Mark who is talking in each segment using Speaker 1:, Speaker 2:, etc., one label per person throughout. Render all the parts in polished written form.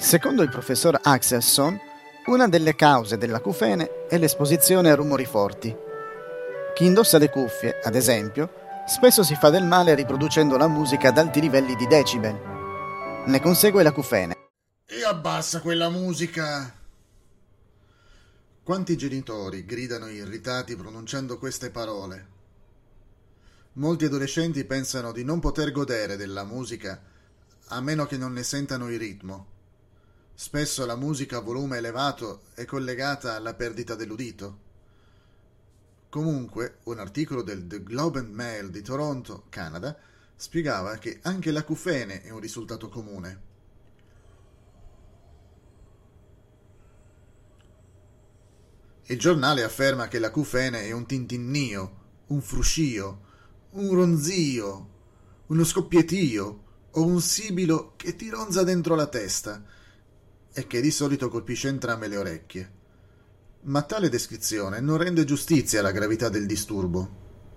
Speaker 1: Secondo il professor Axelson, una delle cause dell'acufene è l'esposizione a rumori forti. Chi indossa le cuffie, ad esempio, spesso si fa del male riproducendo la musica ad alti livelli di decibel. Ne consegue l'acufene.
Speaker 2: E abbassa quella musica! Quanti genitori gridano irritati pronunciando queste parole? Molti adolescenti pensano di non poter godere della musica a meno che non ne sentano il ritmo. Spesso la musica a volume elevato è collegata alla perdita dell'udito. Comunque, un articolo del The Globe and Mail di Toronto, Canada, spiegava che anche l'acufene è un risultato comune. Il giornale afferma che l'acufene è un tintinnio, un fruscio, un ronzio, uno scoppiettio o un sibilo che ti ronza dentro la testa e che di solito colpisce entrambe le orecchie. Ma tale descrizione non rende giustizia alla gravità del disturbo.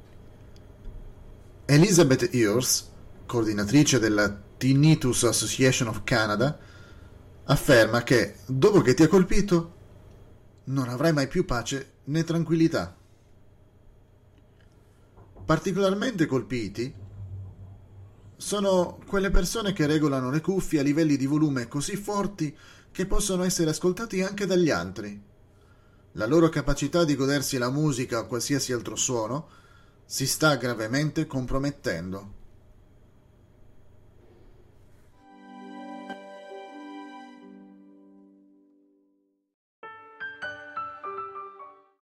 Speaker 2: Elizabeth Ears, coordinatrice della Tinnitus Association of Canada, afferma che dopo che ti ha colpito non avrai mai più pace né tranquillità. Particolarmente colpiti sono quelle persone che regolano le cuffie a livelli di volume così forti che possono essere ascoltati anche dagli altri. La loro capacità di godersi la musica o qualsiasi altro suono si sta gravemente compromettendo.